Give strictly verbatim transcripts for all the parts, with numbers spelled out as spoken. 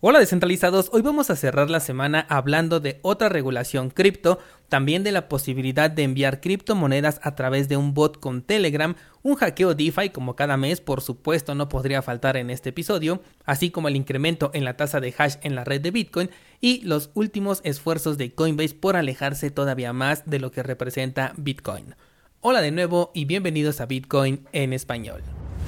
Hola descentralizados, hoy vamos a cerrar la semana hablando de otra regulación cripto, también de la posibilidad de enviar criptomonedas a través de un bot con Telegram, un hackeo DeFi como cada mes, por supuesto no podría faltar en este episodio, así como el incremento en la tasa de hash en la red de Bitcoin y los últimos esfuerzos de Coinbase por alejarse todavía más de lo que representa Bitcoin. Hola de nuevo y bienvenidos a Bitcoin en español.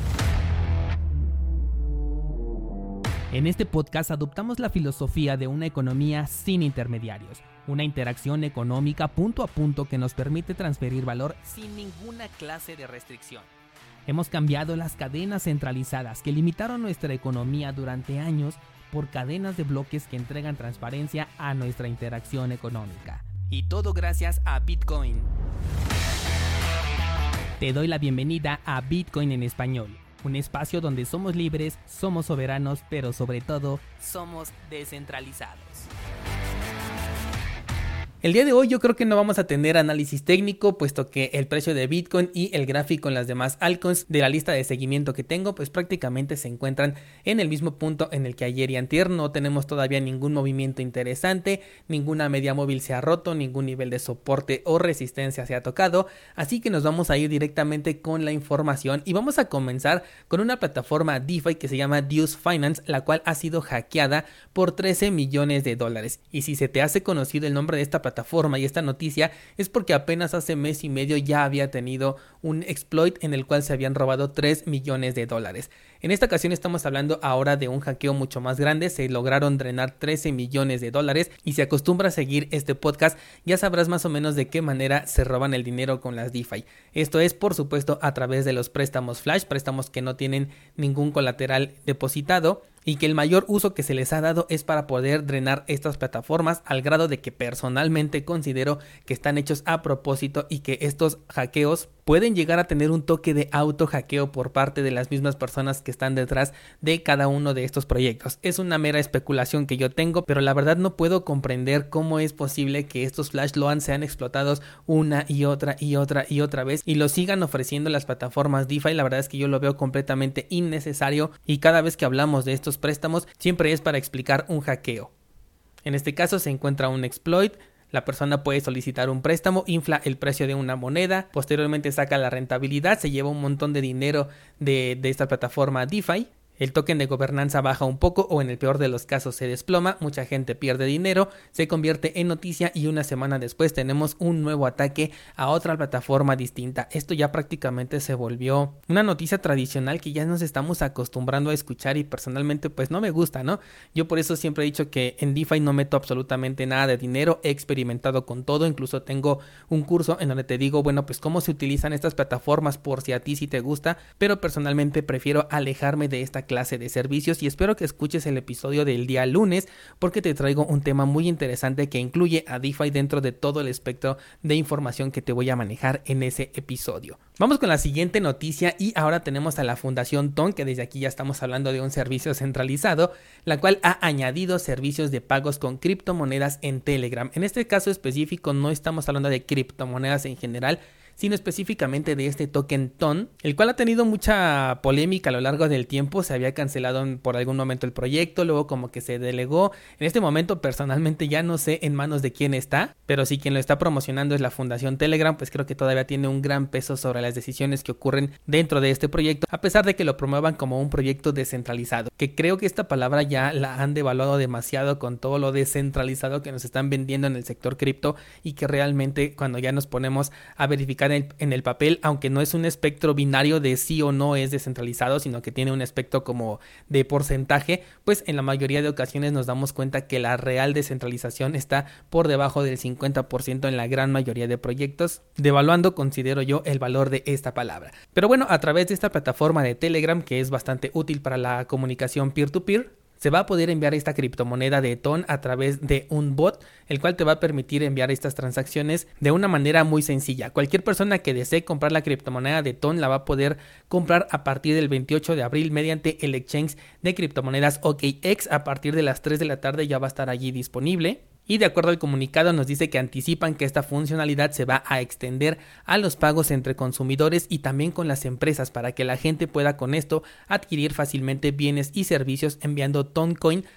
En este podcast adoptamos la filosofía de una economía sin intermediarios, una interacción económica punto a punto que nos permite transferir valor sin ninguna clase de restricción. Hemos cambiado las cadenas centralizadas que limitaron nuestra economía durante años por cadenas de bloques que entregan transparencia a nuestra interacción económica. Y todo gracias a Bitcoin. Te doy la bienvenida a Bitcoin en español. Un espacio donde somos libres, somos soberanos, pero sobre todo, somos descentralizados. El día de hoy yo creo que no vamos a tener análisis técnico, puesto que el precio de Bitcoin y el gráfico en las demás altcoins de la lista de seguimiento que tengo, pues prácticamente se encuentran en el mismo punto en el que ayer y antier. No tenemos todavía ningún movimiento interesante, ninguna media móvil se ha roto, ningún nivel de soporte o resistencia se ha tocado, así que nos vamos a ir directamente con la información y vamos a comenzar con una plataforma DeFi que se llama Deuce Finance, la cual ha sido hackeada por trece millones de dólares. Y si se te hace conocido el nombre de esta plataforma, plataforma y esta noticia es porque apenas hace mes y medio ya había tenido un exploit en el cual se habían robado tres millones de dólares. En esta ocasión estamos hablando ahora de un hackeo mucho más grande, se lograron drenar trece millones de dólares y si acostumbras a seguir este podcast ya sabrás más o menos de qué manera se roban el dinero con las DeFi. Esto es por supuesto a través de los préstamos flash, préstamos que no tienen ningún colateral depositado y que el mayor uso que se les ha dado es para poder drenar estas plataformas al grado de que personalmente considero que están hechos a propósito y que estos hackeos pueden llegar a tener un toque de auto hackeo por parte de las mismas personas que están detrás de cada uno de estos proyectos. Es una mera especulación que yo tengo, pero la verdad no puedo comprender cómo es posible que estos flash loan sean explotados una y otra y otra y otra vez y lo sigan ofreciendo las plataformas DeFi. La verdad es que yo lo veo completamente innecesario y cada vez que hablamos de estos préstamos siempre es para explicar un hackeo. En este caso se encuentra un exploit. La persona puede solicitar un préstamo, infla el precio de una moneda, posteriormente saca la rentabilidad, se lleva un montón de dinero de, de esta plataforma DeFi. El token de gobernanza baja un poco o en el peor de los casos se desploma, mucha gente pierde dinero, se convierte en noticia y una semana después tenemos un nuevo ataque a otra plataforma distinta. Esto ya prácticamente se volvió una noticia tradicional que ya nos estamos acostumbrando a escuchar y personalmente pues no me gusta, ¿no? Yo por eso siempre he dicho que en DeFi no meto absolutamente nada de dinero, he experimentado con todo, incluso tengo un curso en donde te digo, bueno, pues cómo se utilizan estas plataformas por si a ti sí te gusta, pero personalmente prefiero alejarme de esta clase de servicios y espero que escuches el episodio del día lunes porque te traigo un tema muy interesante que incluye a DeFi dentro de todo el espectro de información que te voy a manejar en ese episodio. Vamos con la siguiente noticia y ahora tenemos a la Fundación Ton, que desde aquí ya estamos hablando de un servicio centralizado, la cual ha añadido servicios de pagos con criptomonedas en Telegram. En este caso específico no estamos hablando de criptomonedas en general, sino específicamente de este token Ton, el cual ha tenido mucha polémica a lo largo del tiempo. Se había cancelado por algún momento el proyecto, luego como que se delegó. En este momento personalmente ya no sé en manos de quién está, pero si quien lo está promocionando es la Fundación Telegram, pues creo que todavía tiene un gran peso sobre las decisiones que ocurren dentro de este proyecto, a pesar de que lo promuevan como un proyecto descentralizado, que creo que esta palabra ya la han devaluado demasiado con todo lo descentralizado que nos están vendiendo en el sector cripto y que realmente cuando ya nos ponemos a verificar En el, en el papel, aunque no es un espectro binario de sí o no es descentralizado, sino que tiene un espectro como de porcentaje, pues en la mayoría de ocasiones nos damos cuenta que la real descentralización está por debajo del cincuenta por ciento en la gran mayoría de proyectos, devaluando, considero yo, el valor de esta palabra. Pero bueno, a través de esta plataforma de Telegram, que es bastante útil para la comunicación peer-to-peer, se va a poder enviar esta criptomoneda de Ton a través de un bot, el cual te va a permitir enviar estas transacciones de una manera muy sencilla. Cualquier persona que desee comprar la criptomoneda de Ton la va a poder comprar a partir del veintiocho de abril mediante el exchange de criptomonedas O K X. A partir de las tres de la tarde ya va a estar allí disponible. Y de acuerdo al comunicado nos dice que anticipan que esta funcionalidad se va a extender a los pagos entre consumidores y también con las empresas para que la gente pueda con esto adquirir fácilmente bienes y servicios enviando Toncoin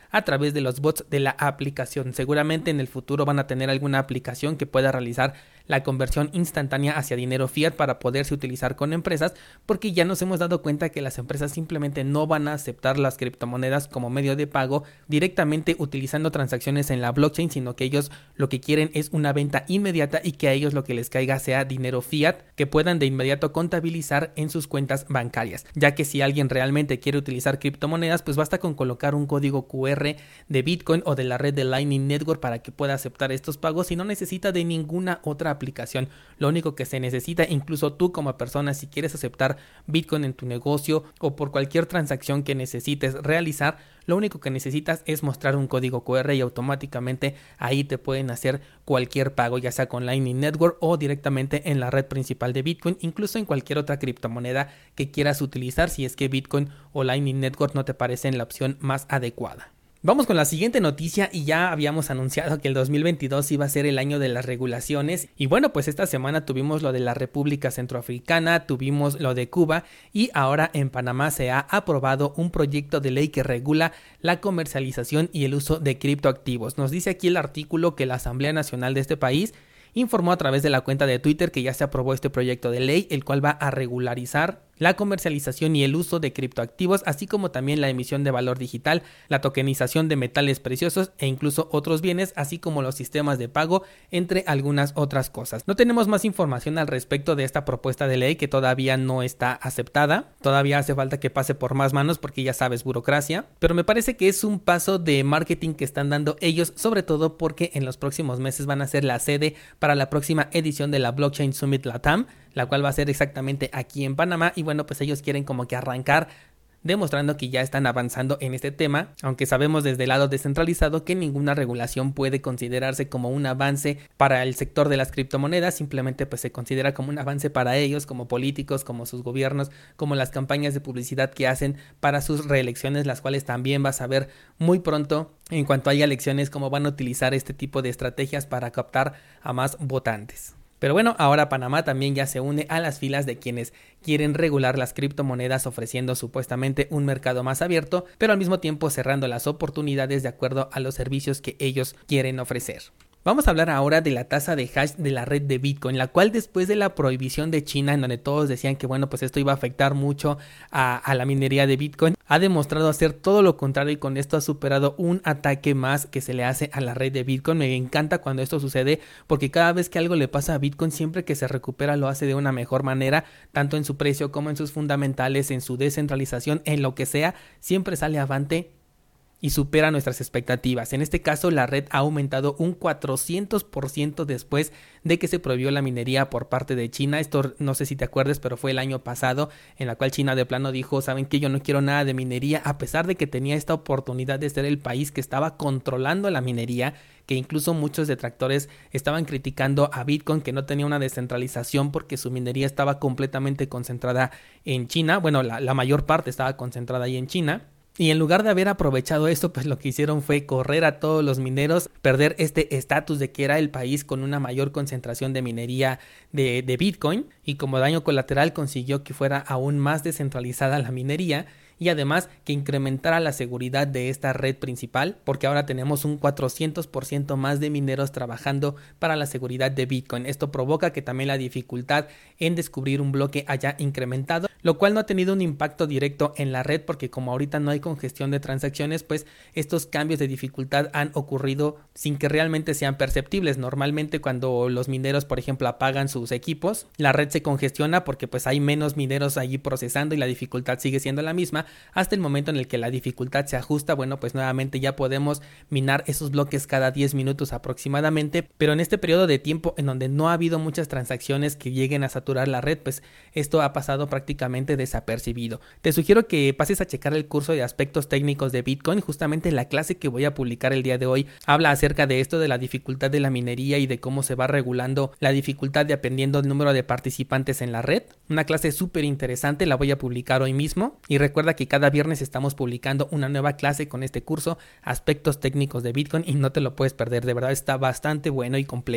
a través de los bots de la aplicación. Seguramente en el futuro van a tener alguna aplicación que pueda realizar la conversión instantánea hacia dinero fiat para poderse utilizar con empresas, porque ya nos hemos dado cuenta que las empresas simplemente no van a aceptar las criptomonedas como medio de pago directamente utilizando transacciones en la blockchain, sino que ellos lo que quieren es una venta inmediata y que a ellos lo que les caiga sea dinero fiat que puedan de inmediato contabilizar en sus cuentas bancarias, ya que si alguien realmente quiere utilizar criptomonedas, pues basta con colocar un código cu erre de Bitcoin o de la red de Lightning Network para que pueda aceptar estos pagos y no necesita de ninguna otra aplicación. Lo único que se necesita, incluso tú como persona, si quieres aceptar Bitcoin en tu negocio o por cualquier transacción que necesites realizar, lo único que necesitas es mostrar un código cu erre y automáticamente ahí te pueden hacer cualquier pago, ya sea con Lightning Network o directamente en la red principal de Bitcoin, incluso en cualquier otra criptomoneda que quieras utilizar si es que Bitcoin o Lightning Network no te parecen la opción más adecuada. Vamos con la siguiente noticia y ya habíamos anunciado que el dos mil veintidós iba a ser el año de las regulaciones y bueno, pues esta semana tuvimos lo de la República Centroafricana, tuvimos lo de Cuba y ahora en Panamá se ha aprobado un proyecto de ley que regula la comercialización y el uso de criptoactivos. Nos dice aquí el artículo que la Asamblea Nacional de este país informó a través de la cuenta de Twitter que ya se aprobó este proyecto de ley, el cual va a regularizar la comercialización y el uso de criptoactivos, así como también la emisión de valor digital, la tokenización de metales preciosos e incluso otros bienes, así como los sistemas de pago, entre algunas otras cosas. No tenemos más información al respecto de esta propuesta de ley que todavía no está aceptada, todavía hace falta que pase por más manos porque ya sabes, burocracia, pero me parece que es un paso de marketing que están dando ellos, sobre todo porque en los próximos meses van a ser la sede para la próxima edición de la Blockchain Summit Latam, la cual va a ser exactamente aquí en Panamá y bueno, pues ellos quieren como que arrancar demostrando que ya están avanzando en este tema, aunque sabemos desde el lado descentralizado que ninguna regulación puede considerarse como un avance para el sector de las criptomonedas, simplemente pues se considera como un avance para ellos, como políticos, como sus gobiernos, como las campañas de publicidad que hacen para sus reelecciones, las cuales también vas a ver muy pronto en cuanto haya elecciones cómo van a utilizar este tipo de estrategias para captar a más votantes. Pero bueno, ahora Panamá también ya se une a las filas de quienes quieren regular las criptomonedas ofreciendo supuestamente un mercado más abierto, pero al mismo tiempo cerrando las oportunidades de acuerdo a los servicios que ellos quieren ofrecer. Vamos a hablar ahora de la tasa de hash de la red de Bitcoin, la cual después de la prohibición de China, en donde todos decían que bueno, pues esto iba a afectar mucho a, a la minería de Bitcoin, ha demostrado hacer todo lo contrario y con esto ha superado un ataque más que se le hace a la red de Bitcoin. Me encanta cuando esto sucede porque cada vez que algo le pasa a Bitcoin, siempre que se recupera lo hace de una mejor manera, tanto en su precio como en sus fundamentales, en su descentralización, en lo que sea, siempre sale avante y supera nuestras expectativas. En este caso, la red ha aumentado un cuatrocientos por ciento después de que se prohibió la minería por parte de China. Esto no sé si te acuerdas, pero fue el año pasado en la cual China de plano dijo, saben que yo no quiero nada de minería, a pesar de que tenía esta oportunidad de ser el país que estaba controlando la minería, que incluso muchos detractores estaban criticando a Bitcoin, que no tenía una descentralización porque su minería estaba completamente concentrada en China. Bueno, la, la mayor parte estaba concentrada ahí en China. Y en lugar de haber aprovechado esto, pues lo que hicieron fue correr a todos los mineros, perder este estatus de que era el país con una mayor concentración de minería de, de Bitcoin, y como daño colateral consiguió que fuera aún más descentralizada la minería y además que incrementara la seguridad de esta red principal, porque ahora tenemos un cuatrocientos por ciento más de mineros trabajando para la seguridad de Bitcoin. Esto provoca que también la dificultad en descubrir un bloque haya incrementado, lo cual no ha tenido un impacto directo en la red porque como ahorita no hay congestión de transacciones, pues estos cambios de dificultad han ocurrido sin que realmente sean perceptibles. Normalmente cuando los mineros, por ejemplo, apagan sus equipos, la red se congestiona porque pues hay menos mineros allí procesando y la dificultad sigue siendo la misma, hasta el momento en el que la dificultad se ajusta. Bueno, pues nuevamente ya podemos minar esos bloques cada diez minutos aproximadamente, pero en este periodo de tiempo en donde no ha habido muchas transacciones que lleguen a saturar la red, pues esto ha pasado prácticamente desapercibido. Te sugiero que pases a checar el curso de aspectos técnicos de Bitcoin. Justamente la clase que voy a publicar el día de hoy habla acerca de esto, de la dificultad de la minería y de cómo se va regulando la dificultad dependiendo del número de participantes en la red. Una clase súper interesante, la voy a publicar hoy mismo y recuerda que cada viernes estamos publicando una nueva clase con este curso, aspectos técnicos de Bitcoin, y no te lo puedes perder, de verdad está bastante bueno y completo.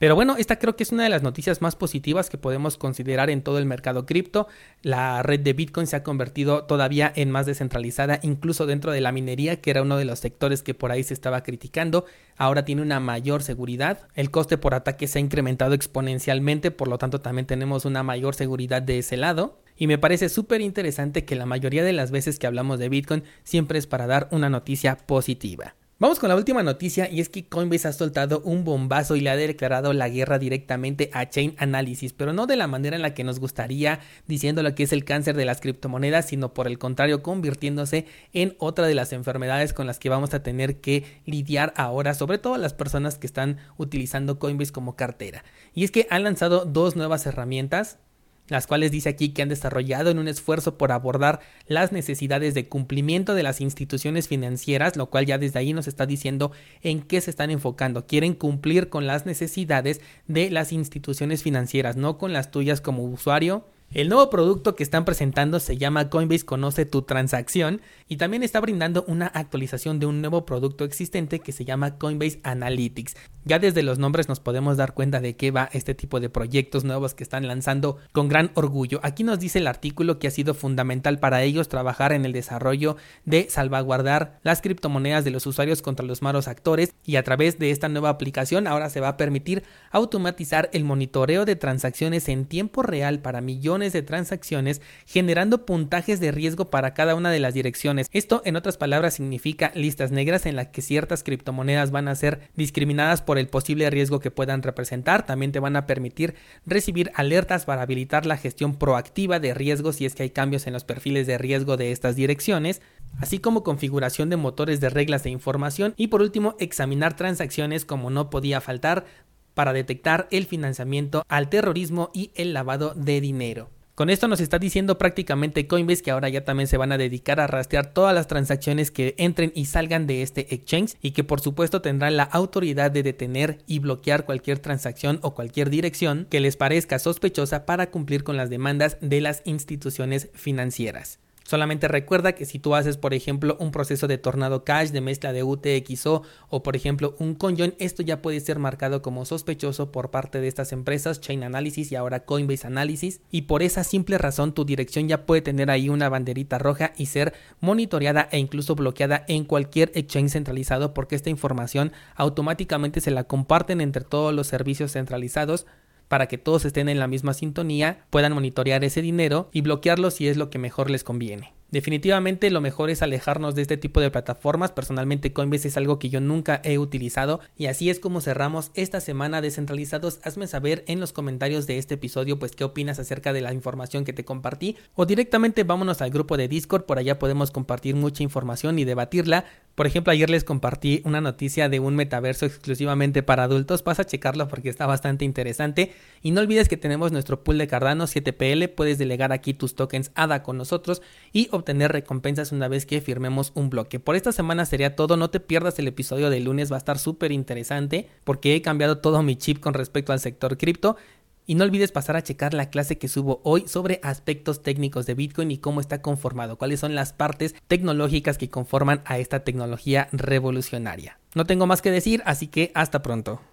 Pero bueno, esta creo que es una de las noticias más positivas que podemos considerar en todo el mercado cripto. La red de Bitcoin se ha convertido todavía en más descentralizada, incluso dentro de la minería, que era uno de los sectores que por ahí se estaba criticando. Ahora tiene una mayor seguridad. El coste por ataque se ha incrementado exponencialmente, por lo tanto también tenemos una mayor seguridad de ese lado. Y me parece súper interesante que la mayoría de las veces que hablamos de Bitcoin siempre es para dar una noticia positiva. Vamos con la última noticia, y es que Coinbase ha soltado un bombazo y le ha declarado la guerra directamente a Chainalysis, pero no de la manera en la que nos gustaría, diciendo lo que es el cáncer de las criptomonedas, sino por el contrario, convirtiéndose en otra de las enfermedades con las que vamos a tener que lidiar ahora, sobre todo las personas que están utilizando Coinbase como cartera. Y es que han lanzado dos nuevas herramientas, las cuales dice aquí que han desarrollado en un esfuerzo por abordar las necesidades de cumplimiento de las instituciones financieras, lo cual ya desde ahí nos está diciendo en qué se están enfocando. Quieren cumplir con las necesidades de las instituciones financieras, no con las tuyas como usuario. El nuevo producto que están presentando se llama Coinbase Conoce tu Transacción y también está brindando una actualización de un nuevo producto existente que se llama Coinbase Analytics. Ya desde los nombres nos podemos dar cuenta de qué va este tipo de proyectos nuevos que están lanzando con gran orgullo. Aquí nos dice el artículo que ha sido fundamental para ellos trabajar en el desarrollo de salvaguardar las criptomonedas de los usuarios contra los malos actores, y a través de esta nueva aplicación ahora se va a permitir automatizar el monitoreo de transacciones en tiempo real para millones de transacciones, generando puntajes de riesgo para cada una de las direcciones. Esto, en otras palabras, significa listas negras en las que ciertas criptomonedas van a ser discriminadas por el posible riesgo que puedan representar. También te van a permitir recibir alertas para habilitar la gestión proactiva de riesgos si es que hay cambios en los perfiles de riesgo de estas direcciones, así como configuración de motores de reglas de información, y por último examinar transacciones como no podía faltar para detectar el financiamiento al terrorismo y el lavado de dinero. Con esto nos está diciendo prácticamente Coinbase que ahora ya también se van a dedicar a rastrear todas las transacciones que entren y salgan de este exchange, y que por supuesto tendrán la autoridad de detener y bloquear cualquier transacción o cualquier dirección que les parezca sospechosa para cumplir con las demandas de las instituciones financieras. Solamente recuerda que si tú haces, por ejemplo, un proceso de Tornado Cash, de mezcla de U T X O o, por ejemplo, un Conjoin, esto ya puede ser marcado como sospechoso por parte de estas empresas, Chainalysis y ahora Coinbase Analysis, y por esa simple razón tu dirección ya puede tener ahí una banderita roja y ser monitoreada e incluso bloqueada en cualquier exchange centralizado, porque esta información automáticamente se la comparten entre todos los servicios centralizados para que todos estén en la misma sintonía, puedan monitorear ese dinero y bloquearlo si es lo que mejor les conviene. Definitivamente lo mejor es alejarnos de este tipo de plataformas. Personalmente Coinbase es algo que yo nunca he utilizado, y así es como cerramos esta semana Descentralizados. Hazme saber en los comentarios de este episodio pues qué opinas acerca de la información que te compartí, o directamente vámonos al grupo de Discord. Por allá podemos compartir mucha información y debatirla. Por ejemplo, ayer les compartí una noticia de un metaverso exclusivamente para adultos. Pasa a checarlo porque está bastante interesante. Y no olvides que tenemos nuestro pool de Cardano siete P L. Puedes delegar aquí tus tokens A D A con nosotros y obtener recompensas una vez que firmemos un bloque. Por esta semana sería todo. No te pierdas el episodio de lunes, va a estar súper interesante porque he cambiado todo mi chip con respecto al sector cripto. Y no olvides pasar a checar la clase que subo hoy sobre aspectos técnicos de Bitcoin y cómo está conformado, cuáles son las partes tecnológicas que conforman a esta tecnología revolucionaria. No tengo más que decir, así que hasta pronto.